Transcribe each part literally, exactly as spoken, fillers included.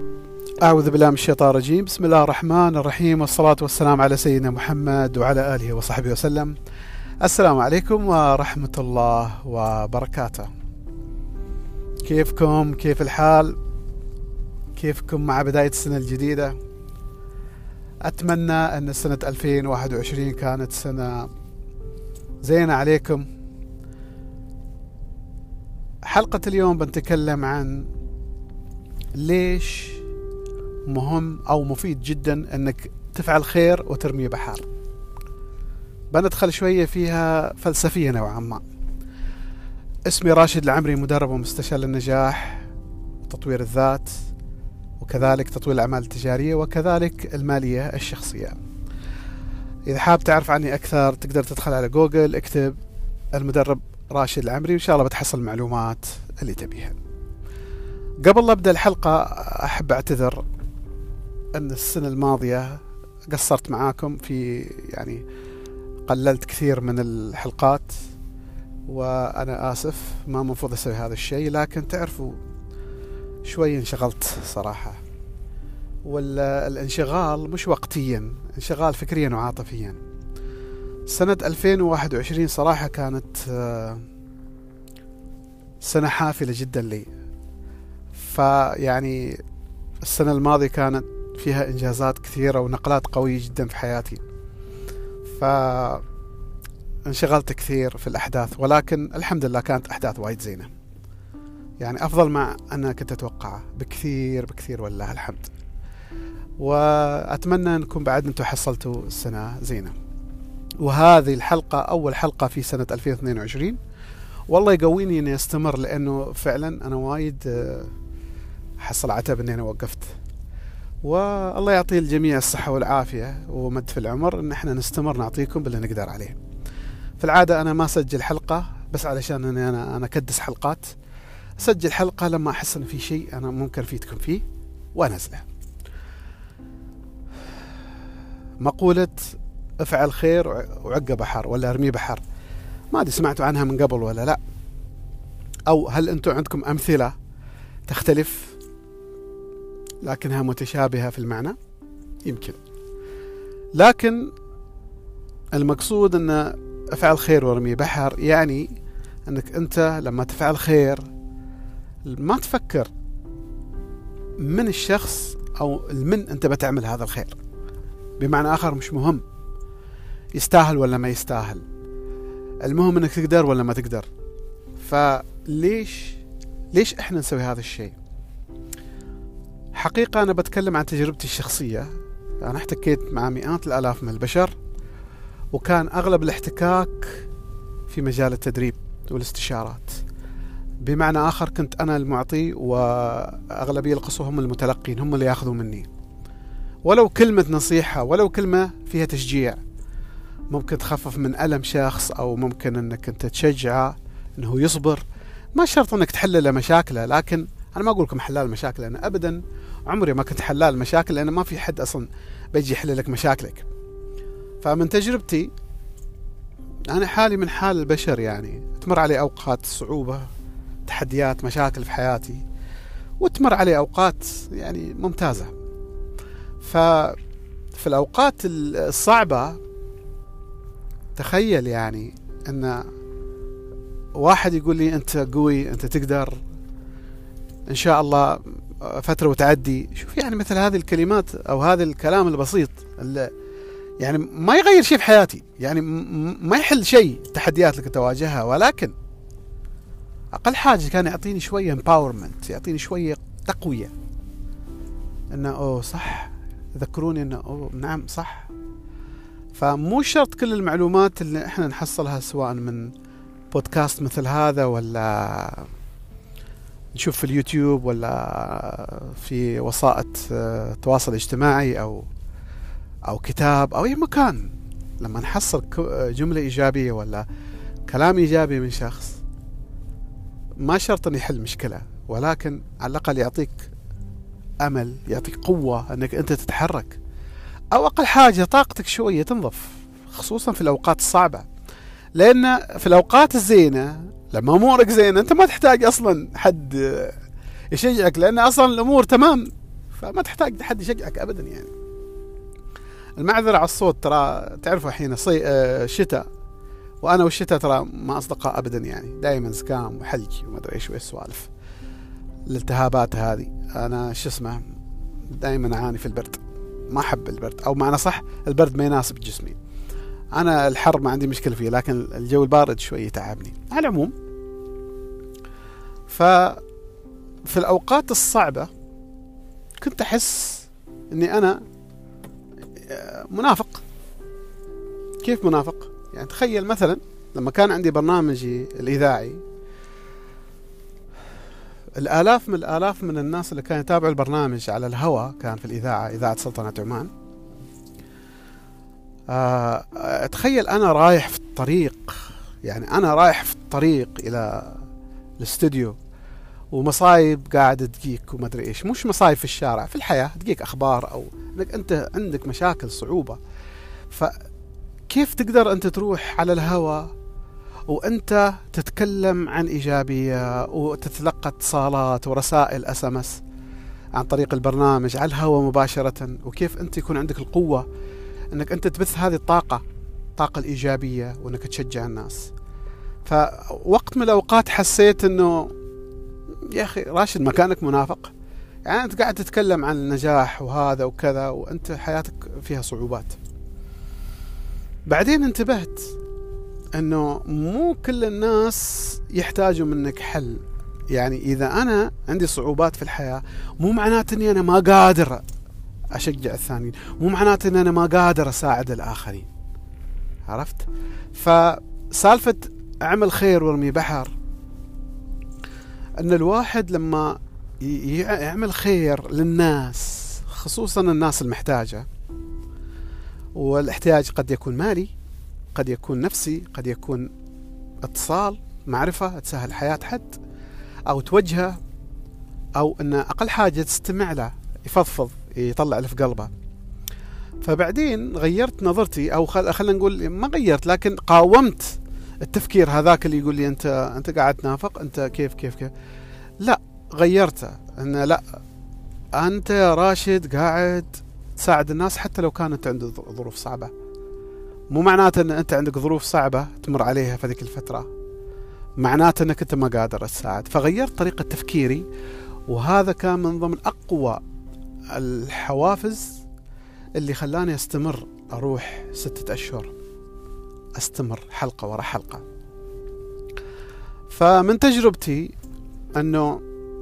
أعوذ بالله من الشيطان الرجيم. بسم الله الرحمن الرحيم، والصلاة والسلام على سيدنا محمد وعلى آله وصحبه وسلم. السلام عليكم ورحمة الله وبركاته. كيفكم؟ كيف الحال؟ كيفكم مع بداية السنة الجديدة؟ أتمنى أن سنة ألفين وواحد وعشرين كانت سنة زينة عليكم. حلقة اليوم بنتكلم عن ليش مهم أو مفيد جدا أنك تفعل خير وترمي بحر. بندخل شوية فيها فلسفية نوعا ما. اسمي راشد العمري، مدرب ومستشار للنجاح وتطوير الذات، وكذلك تطوير الأعمال التجارية، وكذلك المالية الشخصية. إذا حاب تعرف عني أكثر تقدر تدخل على جوجل، اكتب المدرب راشد العمري، وإن شاء الله بتحصل المعلومات اللي تبيها. قبل لا أبدأ الحلقة أحب أعتذر أن السنة الماضية قصرت معاكم في يعني قللت كثير من الحلقات، وأنا آسف، ما مفروض أسوي هذا الشيء، لكن تعرفوا شوي انشغلت صراحة. والانشغال مش وقتيا، انشغال فكريا وعاطفيا. سنة ألفين وواحد وعشرين صراحة كانت سنة حافلة جدا لي. فيعني السنة الماضية كانت فيها إنجازات كثيرة ونقلات قوية جدا في حياتي، فانشغلت كثير في الأحداث، ولكن الحمد لله كانت أحداث وايد زينة، يعني أفضل ما أنا كنت أتوقعه بكثير بكثير، والله الحمد. وأتمنى أنكم بعد أنتم حصلتوا السنة زينة. وهذه الحلقة أول حلقة في سنة ألفين واثنين وعشرين، والله يقويني أني أستمر، لأنه فعلا أنا وايد حصل عتب أني أنا وقفت. والله يعطي الجميع الصحة والعافية ومد في العمر، ان احنا نستمر نعطيكم باللي نقدر عليه. في العادة انا ما اسجل حلقة بس علشان أنا انا انا اكدس حلقات، اسجل حلقة لما احس ان في شيء انا ممكن افيدكم فيه وانزله. مقولة افعل خير وعقب بحر ولا ارمي بحر، ما ادري سمعتوا عنها من قبل ولا لا، او هل انتم عندكم امثلة تختلف لكنها متشابهة في المعنى؟ يمكن، لكن المقصود أن افعل خير وارمي بحر، يعني أنك أنت لما تفعل خير ما تفكر من الشخص أو من أنت بتعمل هذا الخير. بمعنى آخر، مش مهم يستاهل ولا ما يستاهل، المهم أنك تقدر ولا ما تقدر. فليش ليش إحنا نسوي هذا الشيء؟ حقيقة أنا بتكلم عن تجربتي الشخصية. أنا احتكيت مع مئات الآلاف من البشر، وكان أغلب الاحتكاك في مجال التدريب والاستشارات. بمعنى آخر، كنت أنا المعطي وأغلبية القصوى هم المتلقين، هم اللي يأخذوا مني. ولو كلمة نصيحة، ولو كلمة فيها تشجيع، ممكن تخفف من ألم شخص، أو ممكن أنك أنت تشجعه أنه يصبر. ما شرط أنك تحل له مشاكله، لكن أنا ما أقول لكم حلال مشاكل، أنا أبدا عمري ما كنت حلال مشاكل، لأن ما في حد أصلا بيجي يحل لك مشاكلك. فمن تجربتي أنا حالي من حال البشر، يعني تمر علي أوقات صعوبة، تحديات، مشاكل في حياتي، وتمر علي أوقات يعني ممتازة. ففي الأوقات الصعبة تخيل يعني أن واحد يقول لي أنت قوي، أنت تقدر، إن شاء الله فترة وتعدي. شوف يعني مثل هذه الكلمات أو هذا الكلام البسيط اللي يعني ما يغير شيء في حياتي، يعني ما يحل شيء التحديات اللي كنت أواجهها، ولكن أقل حاجة كان يعطيني شوية empowerment، يعطيني شوية تقوية، إنه أوه صح، يذكروني إنه أوه نعم صح. فمو شرط كل المعلومات اللي إحنا نحصلها سواء من بودكاست مثل هذا، ولا نشوف في اليوتيوب، ولا في وسائط تواصل اجتماعي، أو أو كتاب، أو أي مكان، لما نحصل جملة إيجابية ولا كلام إيجابي من شخص، ما شرط أن يحل مشكلة، ولكن على الأقل يعطيك أمل، يعطيك قوة أنك أنت تتحرك، أو أقل حاجة طاقتك شوية تنظف، خصوصا في الأوقات الصعبة. لأن في الأوقات الزينة لما أمورك زينة أنت ما تحتاج أصلا حد يشجعك، لأن أصلا الأمور تمام، فما تحتاج حد يشجعك ابدا. يعني المعذرة على الصوت، ترى تعرفوا الحين صي... آه شتاء، وانا والشتاء ترى ما اصدقاء ابدا، يعني دائما زكام وحلج وما ادري ايش وايش سوالف الالتهابات هذه. انا شو اسمه دائما اعاني في البرد، ما احب البرد، او معنى صح البرد ما يناسب جسمي. انا الحر ما عندي مشكله فيه، لكن الجو البارد شوي يتعبني. على العموم، ففي الاوقات الصعبه كنت احس اني انا منافق. كيف منافق؟ يعني تخيل مثلا لما كان عندي برنامجي الاذاعي، الآلاف من الآلاف من الناس اللي كانوا يتابعوا البرنامج على الهواء، كان في الإذاعة، إذاعة سلطنة عمان. أه تخيل أنا رايح في الطريق، يعني أنا رايح في الطريق إلى الاستوديو، ومصايب قاعدة تجيك وما أدري إيش، مش مصايب في الشارع، في الحياة تجيك أخبار، أو إنك أنت عندك مشاكل صعوبة. فكيف تقدر أنت تروح على الهواء وأنت تتكلم عن إيجابية وتتلقى اتصالات ورسائل اس ام اس عن طريق البرنامج على الهواء مباشرة، وكيف أنت يكون عندك القوة أنك أنت تبث هذه الطاقة، الطاقة الإيجابية، وأنك تشجع الناس. فوقت من الأوقات حسيت أنه يا أخي راشد مكانك منافق، يعني أنت قاعد تتكلم عن النجاح وهذا وكذا، وأنت حياتك فيها صعوبات. بعدين انتبهت أنه مو كل الناس يحتاجوا منك حل. يعني إذا أنا عندي صعوبات في الحياة، مو معناته أني أنا ما قادر أشجع الثانيين، مو معناته أني أنا ما قادر أساعد الآخرين. عرفت؟ فسالفة أعمل خير وارمي بحر، أن الواحد لما يعمل خير للناس، خصوصا الناس المحتاجة، والاحتياج قد يكون مالي، قد يكون نفسي، قد يكون اتصال، معرفة تسهل حياة حد، أو توجهه، أو أن أقل حاجة تستمع له، يفضفض، يطلع اللي في قلبه. فبعدين غيرت نظرتي، أو خلينا نقول ما غيرت، لكن قاومت التفكير هذاك اللي يقول لي أنت أنت قاعد تنافق، أنت كيف كيف كيف. لا، غيرته، أن لا، أنت يا راشد قاعد تساعد الناس حتى لو كانت عنده ظروف صعبة. مو معناته أن أنت عندك ظروف صعبة تمر عليها في ذيك الفترة، معناته أنك أنت ما قادر تساعد. فغيرت طريقة تفكيري، وهذا كان من ضمن أقوى الحوافز اللي خلاني أستمر، أروح ستة أشهر أستمر حلقة ورا حلقة. فمن تجربتي أنه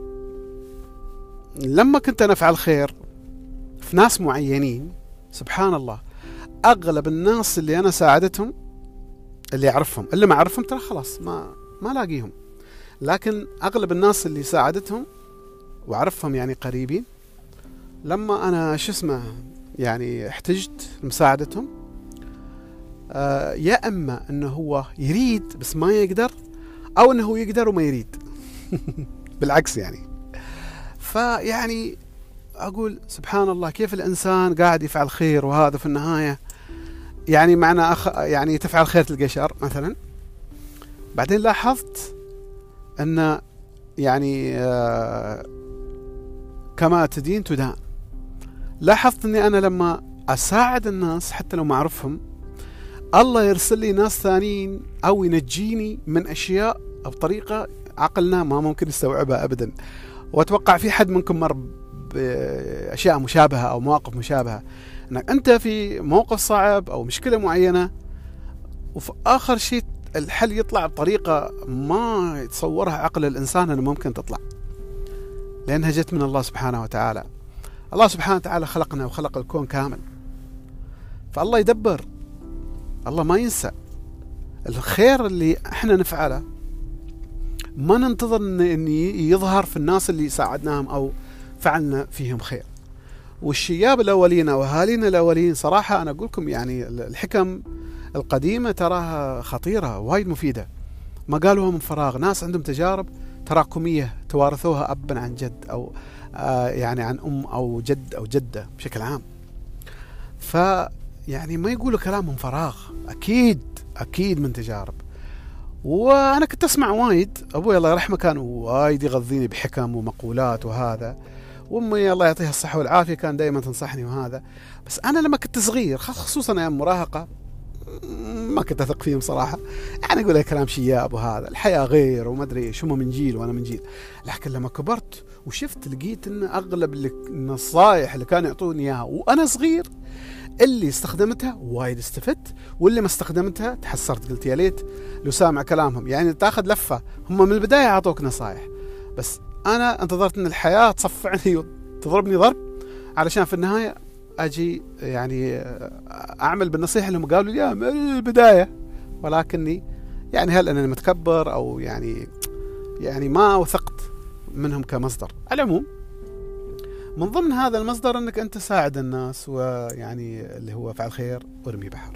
لما كنت أنا أفعل خير في ناس معينين، سبحان الله، أغلب الناس اللي أنا ساعدتهم اللي أعرفهم، اللي ما أعرفهم ترى خلاص ما ما لاقيهم، لكن أغلب الناس اللي ساعدتهم وأعرفهم يعني قريبين، لما أنا شو اسمه يعني احتجت مساعدتهم، آه يا أما أنه هو يريد بس ما يقدر، أو أنه هو يقدر وما يريد بالعكس يعني. فيعني أقول سبحان الله، كيف الإنسان قاعد يفعل خير، وهذا في النهاية يعني معنى أخ يعني تفعل خير تلقى شر مثلا. بعدين لاحظت أن يعني آه كما تدين تدان. لاحظت أني أنا لما أساعد الناس حتى لو ما أعرفهم، الله يرسل لي ناس ثانيين أو ينجيني من أشياء أو طريقة عقلنا ما ممكن يستوعبها أبدا. وأتوقع في حد منكم مر بأشياء مشابهة أو مواقف مشابهة، أنك أنت في موقف صعب أو مشكلة معينة، وفي آخر شيء الحل يطلع بطريقة ما يتصورها عقل الإنسان أنه ممكن تطلع، لأنها جت من الله سبحانه وتعالى. الله سبحانه وتعالى خلقنا وخلق الكون كامل، فالله يدبر، الله ما ينسى. الخير اللي احنا نفعله ما ننتظر ان يظهر في الناس اللي ساعدناهم او فعلنا فيهم خير. والشياب الاولين او اهالينا الاولين صراحه انا اقول لكم يعني الحكم القديمه تراها خطيره وايد مفيده، ما قالوها من فراغ. ناس عندهم تجارب تراكميه توارثوها ابا عن جد، او آه يعني عن ام او جد او جده بشكل عام. فيعني ما يقولوا كلام من فراغ، اكيد اكيد من تجارب. وانا كنت اسمع وايد، ابوي الله يرحمه كان وايد يغذيني بحكم ومقولات وهذا، وامي الله يعطيها الصحه والعافيه كان دائما تنصحني وهذا. بس انا لما كنت صغير خصوصا ايام مراهقه ما كنت اثق فيهم صراحه، يعني اقول لك كلام شياب وهذا الحياه غير وما ادري ايش، هم من جيل وانا من جيل. لكن لما كبرت وشفت لقيت ان اغلب النصائح اللي كانوا يعطوني اياها وانا صغير اللي استخدمتها وايد استفدت، واللي ما استخدمتها تحسرت، قلت يا ليت لو سامع كلامهم. يعني تاخذ لفه، هم من البدايه اعطوك نصائح، بس انا انتظرت ان الحياه تصفعني وتضربني ضرب علشان في النهايه اجي يعني اعمل بالنصيحه اللي هم قالوا لي من البدايه. ولكني يعني هل انني متكبر او يعني يعني ما وثقت منهم كمصدر. على العموم من ضمن هذا المصدر انك انت ساعد الناس، ويعني اللي هو فعل خير وارمي بحر.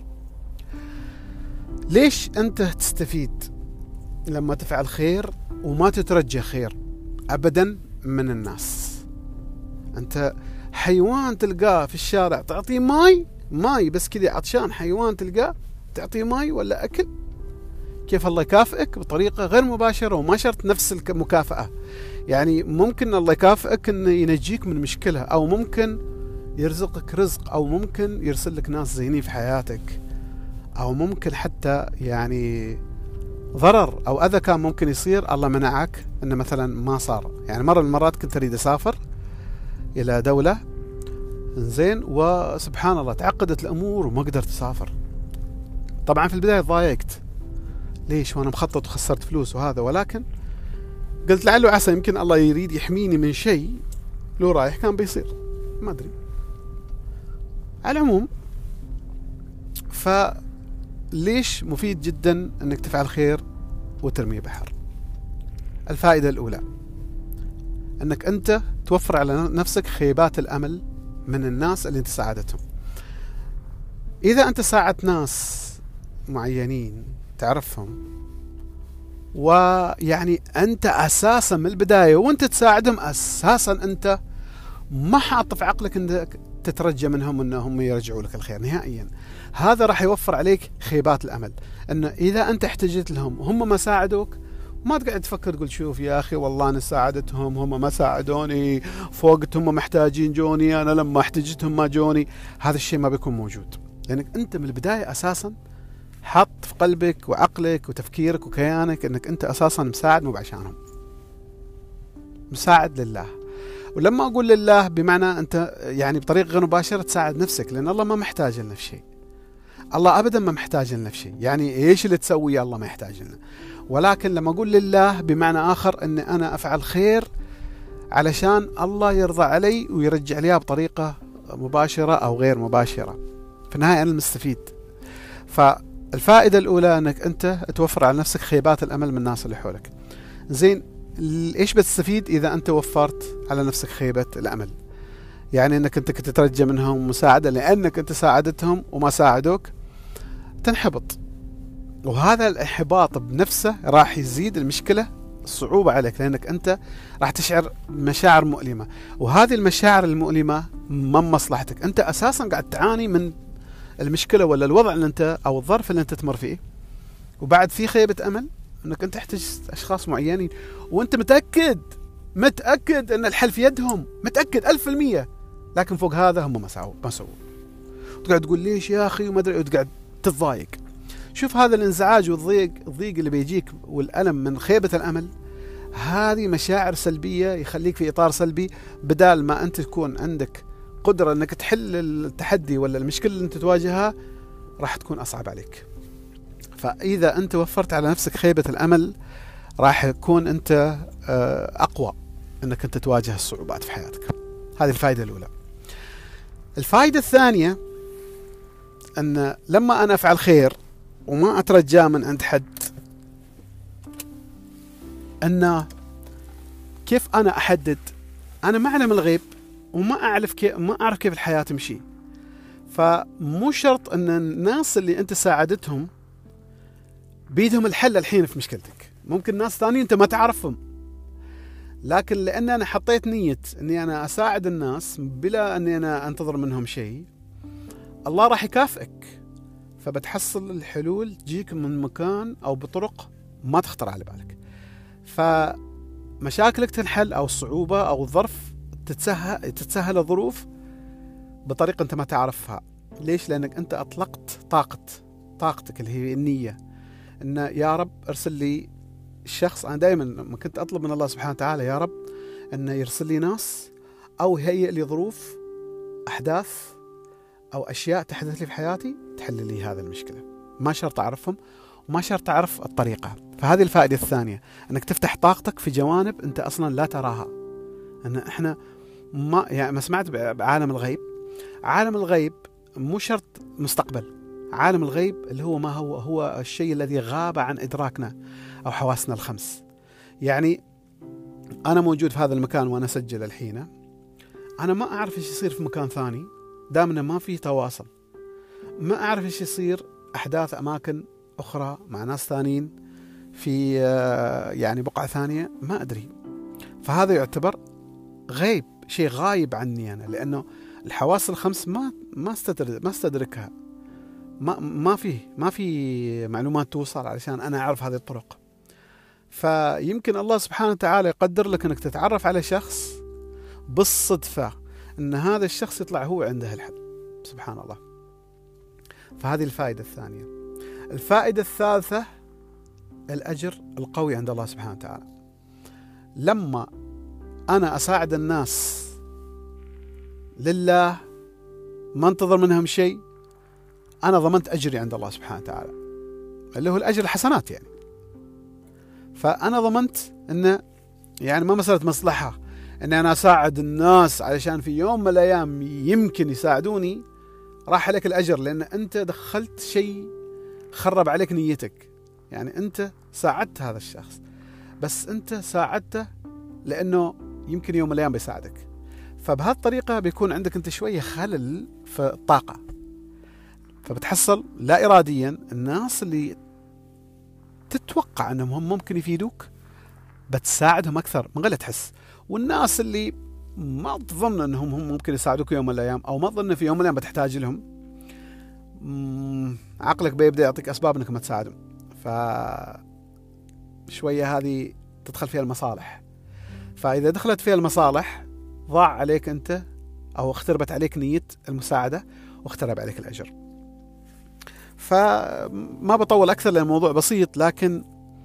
ليش انت تستفيد لما تفعل خير وما تترجى خير ابدا من الناس؟ انت حيوان تلقاه في الشارع تعطيه ماي ماي بس كذا عطشان، حيوان تلقاه تعطيه ماي ولا اكل، كيف الله يكافئك بطريقه غير مباشره وما شرط نفس المكافاه. يعني ممكن الله يكافئك انه ينجيك من مشكله، او ممكن يرزقك رزق، او ممكن يرسل لك ناس زينين في حياتك، او ممكن حتى يعني ضرر او اذى كان ممكن يصير الله منعك انه مثلا ما صار. يعني مره من المرات كنت اريد اسافر الى دوله زين، وسبحان الله تعقدت الامور وما قدرت اسافر. طبعا في البدايه ضايقت، ليش وانا مخطط وخسرت فلوس وهذا، ولكن قلت لعله عسى يمكن الله يريد يحميني من شيء لو رايح كان بيصير، ما ادري. على العموم فليش مفيد جدا انك تفعل خير وترمي بحر؟ الفائدة الاولى انك انت توفر على نفسك خيبات الامل من الناس اللي انت ساعدتهم. اذا انت ساعدت ناس معينين تعرفهم، ويعني انت اساسا من البداية وانت تساعدهم اساسا انت ما حاط في عقلك انك تترجى منهم انهم يرجعوا لك الخير نهائيا. هذا راح يوفر عليك خيبات الامل، انه اذا انت احتجت لهم هم ما ساعدوك ما تقعد تفكر تقول شوف يا اخي والله انا ساعدتهم هم ما ساعدوني، فوقت هم محتاجين جوني، انا لما احتجتهم ما جوني. هذا الشيء ما بيكون موجود، لانك انت من البداية اساسا حط في قلبك وعقلك وتفكيرك وكيانك انك انت اساسا مساعد مو بعشانهم، مساعد لله. ولما اقول لله بمعنى انت يعني بطريقه غير مباشره تساعد نفسك، لان الله ما محتاج لنا في شيء، الله ابدا ما محتاج لنا في شيء. يعني ايش اللي تسويه الله ما يحتاج لنا. ولكن لما اقول لله بمعنى اخر ان انا افعل خير علشان الله يرضى علي ويرجع لي بطريقه مباشره او غير مباشره، في النهايه انا المستفيد. فالفائده الاولى انك انت توفر على نفسك خيبات الامل من الناس اللي حولك. زين، ايش بتستفيد اذا انت وفرت على نفسك خيبة الامل؟ يعني انك انت كنت تترجى منهم مساعدة لانك انت ساعدتهم وما ساعدوك، تنحبط. وهذا الانحباط بنفسه راح يزيد المشكلة الصعوبة عليك، لانك انت راح تشعر مشاعر مؤلمة، وهذه المشاعر المؤلمة من مصلحتك. انت اساسا قاعد تعاني من المشكلة ولا الوضع اللي انت او الظرف اللي انت تمر فيه، وبعد في خيبة امل انك انت احتجت اشخاص معينين، وانت متأكد متأكد ان الحل في يدهم، متأكد ألف في المية، لكن فوق هذا هم ما سووا ما سووا وتقعد تقول ليش يا اخي وما ادري، وتقعد تتضايق. شوف هذا الانزعاج والضيق الضيق اللي بيجيك والألم من خيبة الامل، هذه مشاعر سلبية يخليك في اطار سلبي، بدال ما انت تكون عندك قدرة انك تحل التحدي ولا المشكلة اللي انت تواجهها، راح تكون اصعب عليك. فإذا أنت وفرت على نفسك خيبة الأمل راح يكون أنت أقوى أنك أنت تواجه الصعوبات في حياتك. هذه الفائدة الأولى. الفائدة الثانية أن لما أنا أفعل خير وما أترجى من عند حد، أن كيف أنا أحدد؟ أنا ما أعلم الغيب وما أعرف كيف ما أعرف كيف الحياة تمشي، فمو شرط أن الناس اللي أنت ساعدتهم بيدهم الحل الحين في مشكلتك. ممكن ناس ثانيين انت ما تعرفهم، لكن لان انا حطيت نية اني انا اساعد الناس بلا اني انا انتظر منهم شيء، الله راح يكافئك، فبتحصل الحلول تجيك من مكان او بطرق ما تخطر على بالك، فمشاكلك تنحل او الصعوبة او الظرف تتسهل تتسهل الظروف بطريقة أنت ما تعرفها. ليش؟ لأنك أنت أطلقت طاقة طاقتك اللي هي النية، إن يا رب أرسل لي الشخص. أنا دائما لما كنت أطلب من الله سبحانه وتعالى يا رب أنه يرسل لي ناس أو يهيئ لي ظروف، أحداث أو أشياء تحدث لي في حياتي تحل لي هذا المشكلة، ما شرط أعرفهم وما شرط أعرف الطريقة. فهذه الفائدة الثانية، أنك تفتح طاقتك في جوانب أنت أصلا لا تراها. أن إحنا ما يعني ما سمعت بعالم الغيب. عالم الغيب مو شرط مستقبل، عالم الغيب اللي هو ما هو هو الشيء الذي غاب عن إدراكنا أو حواسنا الخمس. يعني أنا موجود في هذا المكان وأنا أسجل الحين، أنا ما أعرف إيش يصير في مكان ثاني دامنا ما في تواصل، ما أعرف إيش يصير أحداث أماكن أخرى مع ناس ثانيين في يعني بقعة ثانية، ما أدري. فهذا يعتبر غيب، شيء غايب عني أنا، لأنه الحواس الخمس ما ما استدرك ما استدركها، ما ما في ما في معلومات توصل علشان أنا أعرف هذه الطرق. فيمكن الله سبحانه وتعالى يقدر لك أنك تتعرف على شخص بالصدفة، أن هذا الشخص يطلع هو عنده الحل، سبحان الله. فهذه الفائدة الثانية. الفائدة الثالثة الأجر القوي عند الله سبحانه وتعالى. لما أنا أساعد الناس لله ما انتظر منهم شيء، أنا ضمنت أجري عند الله سبحانه وتعالى اللي هو الأجر الحسنات يعني. فأنا ضمنت أنه يعني ما مسألة مصلحة أن أنا أساعد الناس علشان في يوم من الأيام يمكن يساعدوني، راح عليك الأجر لأن أنت دخلت شيء خرب عليك نيتك. يعني أنت ساعدت هذا الشخص، بس أنت ساعدته لأنه يمكن يوم من الأيام بيساعدك. فبهذه الطريقة بيكون عندك أنت شوية خلل في الطاقة، فبتحصل لا إراديا الناس اللي تتوقع أنهم هم ممكن يفيدوك بتساعدهم أكثر من غير لا تحس، والناس اللي ما تظن أنهم هم ممكن يساعدوك يوم من الأيام أو ما تظن في يوم من الأيام بتحتاج لهم، عقلك بيبدأ يعطيك أسباب أنك ما تساعدهم. فشوية هذه تدخل فيها المصالح. فإذا دخلت فيها المصالح ضاع عليك أنت أو اختربت عليك نية المساعدة واخترب عليك الأجر. فما بطول أكثر لأن الموضوع بسيط، لكن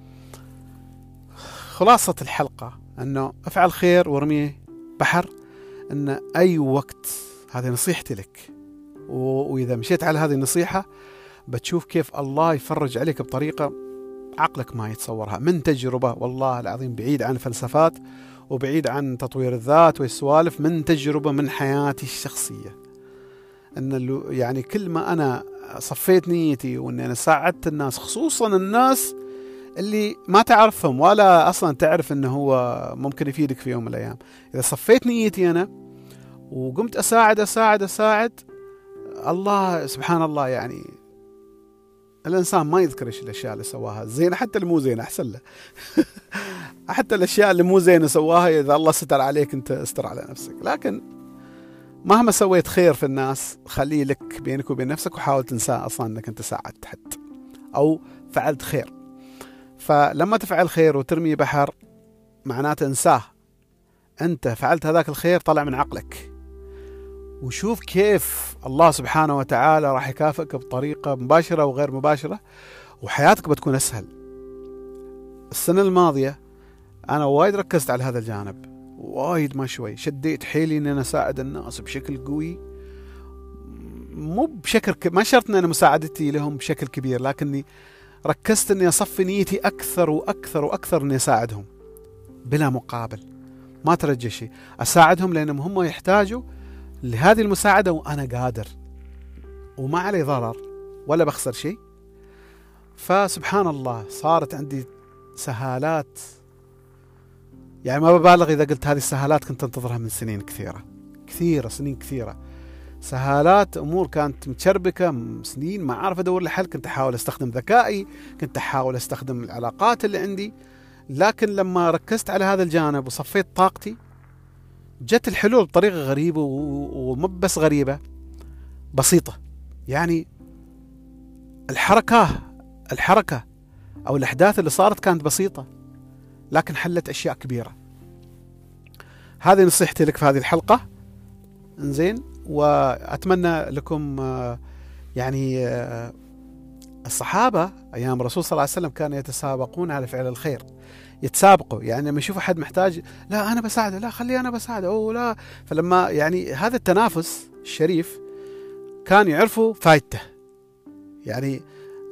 خلاصة الحلقة أنه افعل خير وارميه بحر. أن أي وقت، هذه نصيحتي لك، وإذا مشيت على هذه النصيحة بتشوف كيف الله يفرج عليك بطريقة عقلك ما يتصورها، من تجربة والله العظيم، بعيد عن فلسفات وبعيد عن تطوير الذات والسوالف، من تجربة من حياتي الشخصية. أن يعني كل ما أنا صفيت نيتي وأني أنا ساعدت الناس، خصوصا الناس اللي ما تعرفهم ولا أصلا تعرف أنه هو ممكن يفيدك في يوم من الأيام، إذا صفيت نيتي أنا وقمت أساعد أساعد أساعد الله سبحان الله. يعني الإنسان ما يذكر إيش الأشياء اللي سواها زينة، حتى اللي مو زينة أحسن له حتى الأشياء اللي مو زينة سواها، إذا الله ستر عليك أنت استر على نفسك. لكن مهما سويت خير في الناس خليه لك بينك وبين نفسك، وحاول تنسى أصلا أنك أنت ساعدت حد أو فعلت خير. فلما تفعل خير وترمي بحر معناته انساه، أنت فعلت هذاك الخير طلع من عقلك، وشوف كيف الله سبحانه وتعالى راح يكافئك بطريقة مباشرة وغير مباشرة، وحياتك بتكون أسهل. السنة الماضية أنا وايد ركزت على هذا الجانب، وايد ما شوي شديت حيلي أن أنا أساعد الناس بشكل قوي، مو بشكل ك... ما شرط أن أنا مساعدتي لهم بشكل كبير، لكني ركزت أني أصفي نيتي أكثر وأكثر وأكثر أني أساعدهم بلا مقابل، ما ترجى شيء، أساعدهم لأنهم هم يحتاجوا لهذه المساعدة وأنا قادر وما علي ضرر ولا بخسر شيء. فسبحان الله صارت عندي سهالات، يعني ما ببالغ إذا قلت هذه السهالات كنت أنتظرها من سنين كثيرة كثيرة سنين كثيرة. سهالات أمور كانت متشربكة سنين ما أعرف أدور لحل، كنت أحاول أستخدم ذكائي، كنت أحاول أستخدم العلاقات اللي عندي، لكن لما ركزت على هذا الجانب وصفيت طاقتي جت الحلول بطريقة غريبة، ومو بس غريبة، بسيطة. يعني الحركة الحركة أو الأحداث اللي صارت كانت بسيطة، لكن حلت أشياء كبيرة. هذه نصيحتي لك في هذه الحلقة. انزين، وأتمنى لكم يعني الصحابة أيام الرسول صلى الله عليه وسلم كانوا يتسابقون على فعل الخير، يتسابقوا، يعني لما يشوف أحد محتاج لا أنا بساعده، لا خليه أنا بساعده، أو لا. فلما يعني هذا التنافس الشريف كانوا يعرفوا فايدته. يعني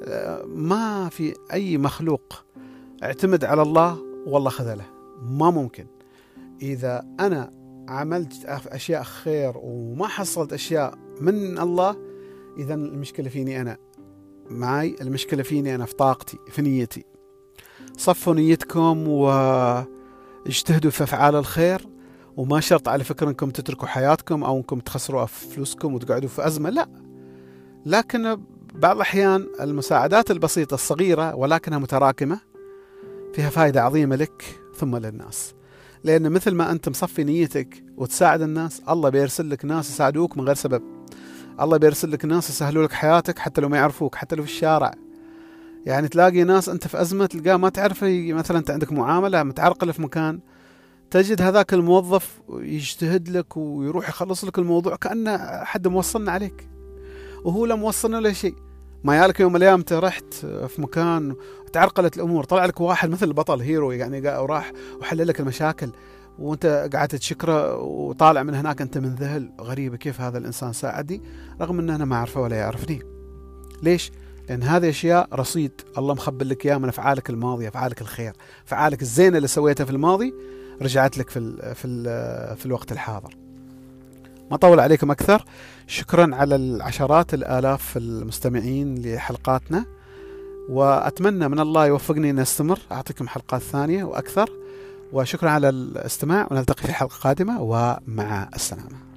ما في أي مخلوق اعتمد على الله والله خذله، ما ممكن. إذا أنا عملت أشياء خير وما حصلت أشياء من الله، إذا المشكلة فيني أنا، معي المشكلة فيني أنا، في طاقتي، في نيتي. صفوا نيتكم واجتهدوا في أفعال الخير، وما شرط على فكرة أنكم تتركوا حياتكم أو أنكم تخسروا فلوسكم وتقعدوا في أزمة، لا. لكن بعض الأحيان المساعدات البسيطة الصغيرة ولكنها متراكمة فيها فائدة عظيمة لك ثم للناس. لأن مثل ما أنت مصفي نيتك وتساعد الناس، الله بيرسل لك ناس يساعدوك من غير سبب. الله بيرسل لك ناس يسهلوا لك حياتك حتى لو ما يعرفوك، حتى لو في الشارع. يعني تلاقي ناس أنت في أزمة تلقاه ما تعرفه، مثلا أنت عندك معاملة متعرقلة في مكان، تجد هذاك الموظف يجتهد لك ويروح يخلص لك الموضوع كأنه حد موصلنا عليك، وهو لا موصلنا له شيء. ما يالك يوم الأيام أنت رحت في مكان وتعرقلت الأمور، طلع لك واحد مثل البطل هيرو يعني وراح وحل لك المشاكل، وأنت قاعد تشكره وطالع من هناك أنت من ذهل، غريبة كيف هذا الإنسان ساعدني رغم أنه أنا ما أعرفه ولا يعرفني. ليش؟ لأن هذه أشياء رصيد الله مخبل لك إياه من أفعالك الماضية، أفعالك الخير، أفعالك الزينة اللي سويتها في الماضي رجعت لك في ال في ال في الوقت الحاضر. ما طول عليكم أكثر، شكرا على العشرات الآلاف المستمعين لحلقاتنا، وأتمنى من الله يوفقني أن أستمر أعطيكم حلقات ثانية وأكثر، وشكرا على الاستماع، ونلتقي في حلقة قادمة، ومع السلامة.